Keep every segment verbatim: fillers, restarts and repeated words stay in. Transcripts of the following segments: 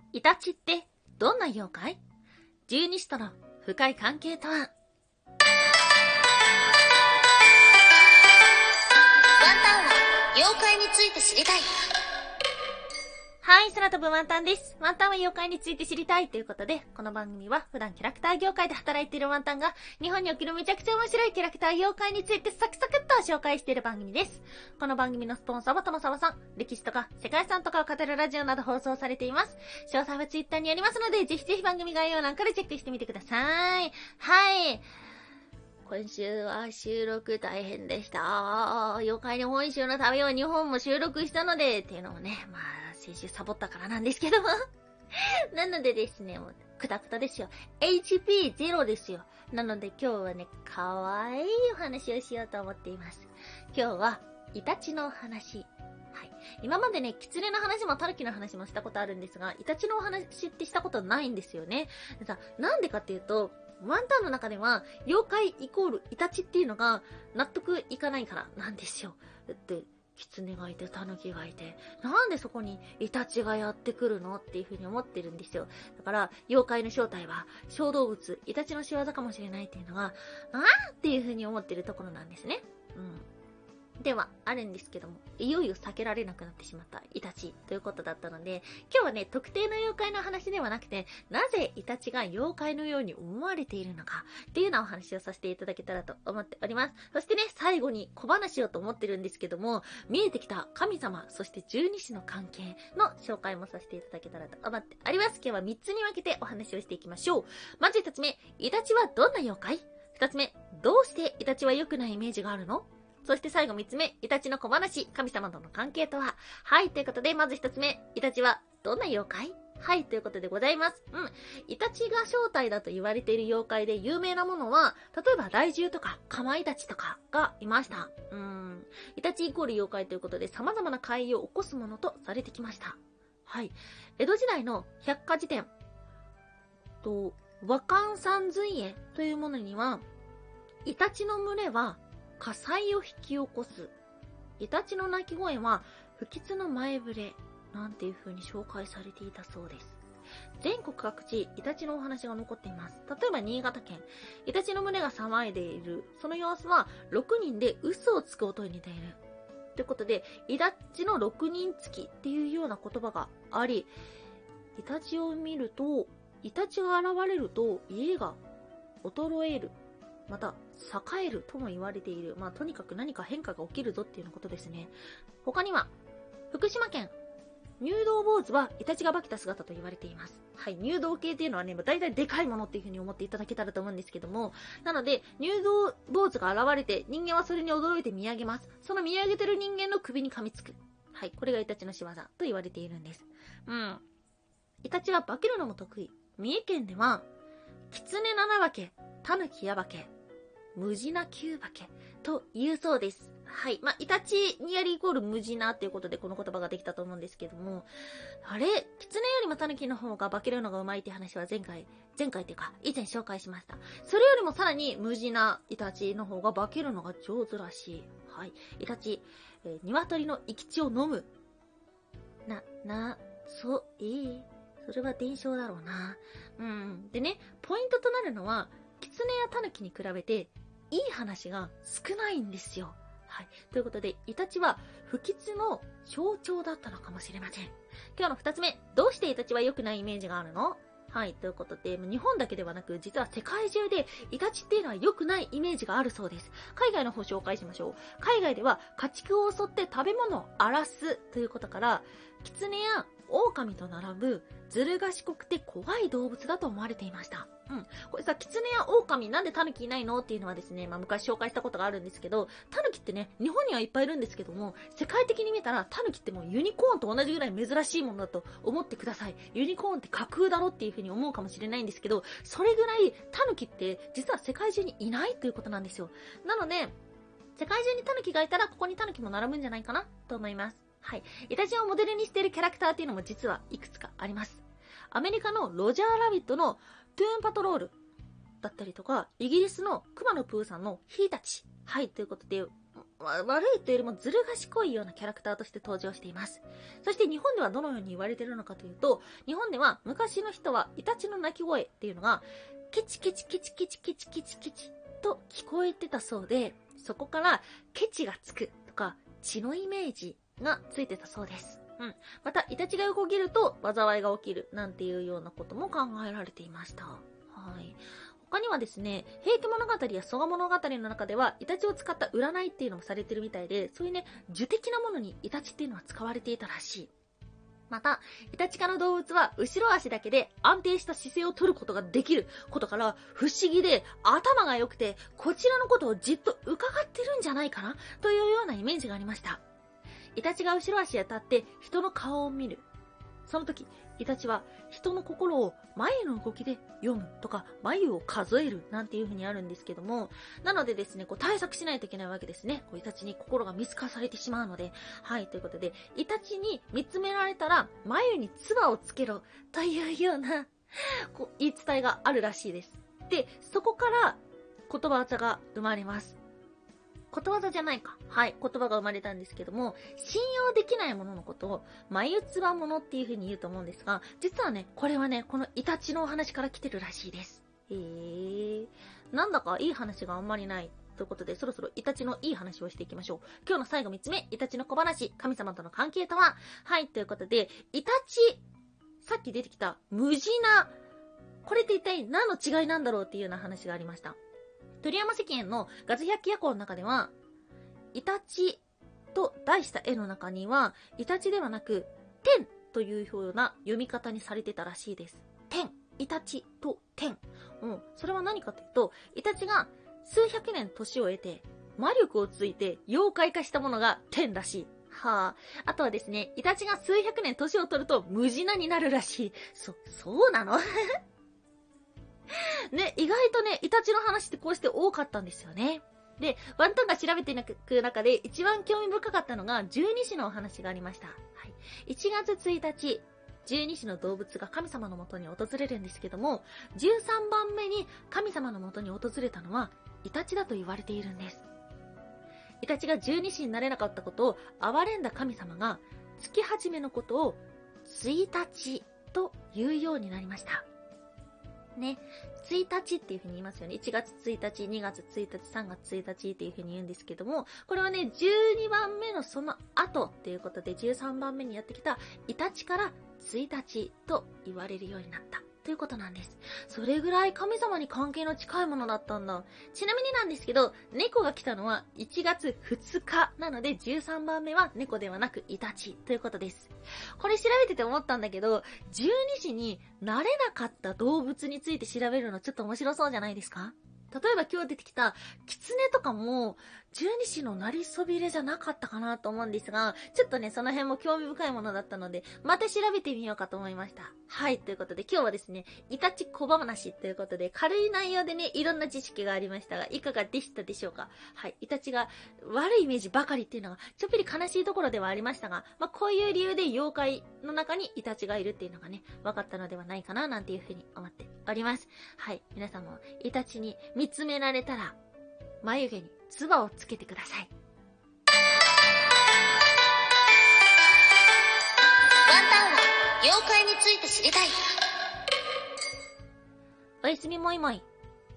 イタチってどんな妖怪？十二支との深い関係とは？ワンタンは妖怪について知りたい。 はい、空飛ぶワンタンです。ワンタンは妖怪について知りたいということで、この番組は普段キャラクター業界で働いているワンタンが、日本におけるめちゃくちゃ面白いキャラクター妖怪についてサクサクっと紹介している番組です。この番組のスポンサーは友沢さん、歴史とか世界遺産とかを語るラジオなど放送されています。詳細はツイッターにありますので、ぜひぜひ番組概要欄からチェックしてみてください。はい。今週は収録大変でした。妖怪の本州の旅を日本も収録したので、っていうのもね、まあ、先週サボったからなんですけども。なのでですね、もう、くたくたですよ。エイチピーゼロ ですよ。なので今日はね、かわいいお話をしようと思っています。今日は、イタチの話。はい。今までね、キツネの話もタヌキの話もしたことあるんですが、イタチのお話ってしたことないんですよね。でさ、なんでかっていうと、ワンタンの中では、妖怪イコールイタチっていうのが納得いかないからなんですよ。だって、キツネがいて、タヌキがいて、なんでそこにイタチがやってくるのっていう風に思ってるんですよ。だから、妖怪の正体は、小動物、イタチの仕業かもしれないっていうのが、あーっていう風に思ってるところなんですね。うん。では、あるんですけども、いよいよ避けられなくなってしまったイタチということだったので、今日はね、特定の妖怪の話ではなくて、なぜイタチが妖怪のように思われているのかっていうようなお話をさせていただけたらと思っております。そしてね、最後に小話しようと思ってるんですけども、見えてきた神様、そして十二支の関係の紹介もさせていただけたらと思っております。今日はみっつに分けてお話をしていきましょう。まずひとつめ、イタチはどんな妖怪？ふたつめ、どうしてイタチは良くないイメージがあるの？そして最後みっつめ、イタチの小話、神様との関係とは？はい、ということで、まずひとつめ、イタチはどんな妖怪？はい、ということでございます。うん。イタチが正体だと言われている妖怪で有名なものは、例えば雷獣とか、カマイタチとかがいました。うーん。イタチイコール妖怪ということで、様々な怪異を起こすものとされてきました。はい。江戸時代の百科事典と、和漢三髄絵というものには、イタチの群れは、火災を引き起こす。イタチの鳴き声は不吉の前触れ。なんていう風に紹介されていたそうです。全国各地、イタチのお話が残っています。例えば新潟県。イタチの群れが騒いでいる。その様子はろくにんで嘘をつく音に似ている。ということで、イタチのろくにんつきっていうような言葉があり、イタチを見ると、イタチが現れると家が衰える。また、栄えるとも言われている。まあ、とにかく何か変化が起きるぞっていうようなことですね。他には、福島県、入道坊主はイタチが化けた姿と言われています。はい、入道系っていうのはね、だいたいでかいものっていう風に思っていただけたらと思うんですけども、なので、入道坊主が現れて、人間はそれに驚いて見上げます。その見上げてる人間の首に噛みつく。はい、これがイタチの仕業と言われているんです。うん。イタチは化けるのも得意。三重県では、キツネ七化け、タヌキヤ化け、ムジナキュウバケと言うそうです。はい。まあ、イタチニアリイコールムジナということでこの言葉ができたと思うんですけども、あれ、キツネよりもタヌキの方が化けるのがうまいって話は前回、前回っていうか以前紹介しました。それよりもさらにムジナイタチの方が化けるのが上手らしい。はい。イタチ、えー、鶏の生き血を飲む。な、な、そう、いい。それは伝承だろうな。うん。でね、ポイントとなるのは、キツネやタヌキに比べて、いい話が少ないんですよ。はい。ということで、イタチは不吉の象徴だったのかもしれません。今日の二つ目、どうしてイタチは良くないイメージがあるの？はい。ということで、日本だけではなく、実は世界中でイタチっていうのは良くないイメージがあるそうです。海外の方紹介しましょう。海外では家畜を襲って食べ物を荒らすということから、キツネや狼と並ぶずる賢くて怖い動物だと思われていました。うん。これさ、キツネや狼なんでタヌキいないのっていうのはですね、まあ昔紹介したことがあるんですけど、タヌキってね、日本にはいっぱいいるんですけども、世界的に見たらタヌキってもうユニコーンと同じぐらい珍しいものだと思ってください。ユニコーンって架空だろっていう風に思うかもしれないんですけど、それぐらいタヌキって実は世界中にいないということなんですよ。なので、世界中にタヌキがいたらここにタヌキも並ぶんじゃないかなと思います。はい。イタチをモデルにしているキャラクターっていうのも実はいくつかあります。アメリカのロジャーラビットのトゥーンパトロールだったりとか、イギリスのクマのプーさんのヒーたち。はい、ということで、 わ悪いというよりもずる賢いようなキャラクターとして登場しています。そして日本ではどのように言われているのかというと、日本では昔の人はイタチの鳴き声っていうのがケチケチケチケチケチケチケチと聞こえてたそうで、そこからケチがつくとか血のイメージがついてたそうです。うん。またイタチが動けると災いが起きるなんていうようなことも考えられていました。はい。他にはですね、平家物語や蘇我物語の中ではイタチを使った占いっていうのもされてるみたいで、そういうね、樹的なものにイタチっていうのは使われていたらしい。また、イタチ科の動物は後ろ足だけで安定した姿勢を取ることができることから不思議で頭が良くて、こちらのことをじっと伺ってるんじゃないかなというようなイメージがありました。イタチが後ろ足へ立って人の顔を見る。その時、イタチは人の心を眉の動きで読むとか眉を数えるなんていう風にあるんですけども、なのでですね、こう対策しないといけないわけですね。こうイタチに心が見透かされてしまうので、はい、ということで、イタチに見つめられたら眉に唾をつけろというようなこう言い伝えがあるらしいです。で、そこから言葉技が生まれます。ことわざじゃないか。はい。言葉が生まれたんですけども、信用できないもののことを、眉唾物っていう風に言うと思うんですが、実はね、これはね、このイタチのお話から来てるらしいです。へー。なんだかいい話があんまりない。ということで、そろそろイタチのいい話をしていきましょう。今日の最後みっつめ、イタチの小話、神様との関係とは？はい、ということで、イタチ、さっき出てきた無地な、これって一体何の違いなんだろうっていうような話がありました。鳥山石燕のガズ百鬼夜行の中では、イタチと題した絵の中には、イタチではなく、天というような読み方にされてたらしいです。天、イタチと天。うん。それは何かというと、イタチが数百年年を得て、魔力をついて妖怪化したものが天らしい。はあ。あとはですね、イタチが数百年年を取ると無地なになるらしい。そ、そうなのね、意外とね、イタチの話ってこうして多かったんですよね。で、ワンタンが調べていく中で一番興味深かったのが十二支のお話がありました。はい。いちがつついたち、十二支の動物が神様のもとに訪れるんですけども、じゅうさんばんめに神様のもとに訪れたのはイタチだと言われているんです。イタチが十二支になれなかったことを憐れんだ神様が、月始めのことをついたちと言うようになりました。ね、ついたちっていう風に言いますよね。いちがつついたち、にがつついたち、さんがつついたちっていう風に言うんですけども、これはね、じゅうにばんめのその後っていうことで、じゅうさんばんめにやってきたイタチからついたちと言われるようになったということなんです。それぐらい神様に関係の近いものだったんだ。ちなみになんですけど、猫が来たのはいちがつふつかなので、じゅうさんばんめは猫ではなくイタチということです。これ調べてて思ったんだけど、十二支になれなかった動物について調べるのちょっと面白そうじゃないですか？例えば今日出てきたキツネとかも十二支のなりそびれじゃなかったかなと思うんですが、ちょっとねその辺も興味深いものだったのでまた調べてみようかと思いました。はい、ということで今日はですね、イタチ小話ということで軽い内容でねいろんな知識がありましたが、いかがでしたでしょうか？はい、イタチが悪いイメージばかりっていうのがちょっぴり悲しいところではありましたが、まあこういう理由で妖怪の中にイタチがいるっていうのがね分かったのではないかななんていうふうに思っております。はい、皆さんもイタチに見つめられたら眉毛に唾をつけてください。 ワンタンは妖怪について知りたい。 おやすみもいもい。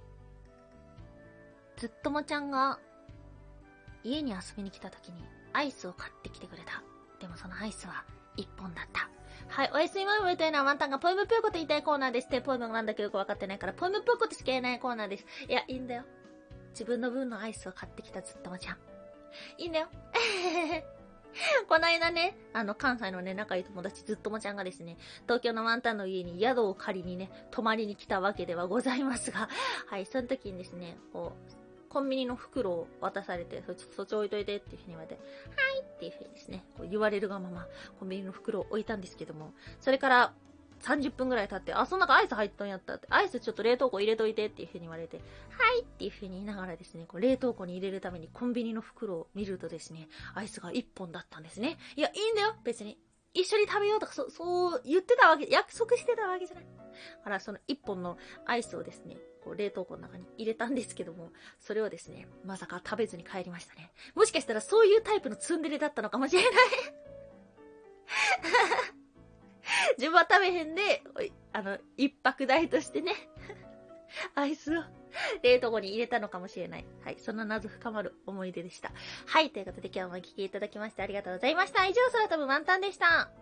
ずっともちゃんが家に遊びに来た時にアイスを買ってきてくれた。でもそのアイスはいっぽんだった。はい、おやすみもいもいというのはワンタンがポエムぷよこと言いたいコーナーですって。ポエムなんだかよくわかってないからポエムぷよことしか言えないコーナーです。いや、いいんだよ。自分の分のアイスを買ってきたずっともちゃん。いいんだよ。この間ね、あの、関西のね、仲いい友達ずっともちゃんがですね、東京のワンタンの家に宿を借りにね、泊まりに来たわけではございますが、はい、その時にですね、こう、コンビニの袋を渡されて、そ、そっち置いといてっていうふうに言われて、はいっていうふうにですね、こう言われるがまま、コンビニの袋を置いたんですけども、それから、さんじゅっぷんぐらい経って、あ、その中アイス入っとんやったって、アイスちょっと冷凍庫入れといてっていう風に言われて、はいっていう風に言いながらですね、こう冷凍庫に入れるためにコンビニの袋を見るとですね、アイスがいっぽんだったんですね。いや、いいんだよ、別に。 一緒に食べようとか、そ、そう言ってたわけ、約束してたわけじゃない。だからその一本のアイスをですね、こう冷凍庫の中に入れたんですけども、それをですね、まさか食べずに帰りましたね。もしかしたらそういうタイプのツンデレだったのかもしれない。自分は食べへんで、あの、一泊代としてね、アイスを冷凍庫に入れたのかもしれない。はい。その謎深まる思い出でした。はい。ということで今日もお聞きいただきましてありがとうございました。以上、空飛ぶワンタンでした。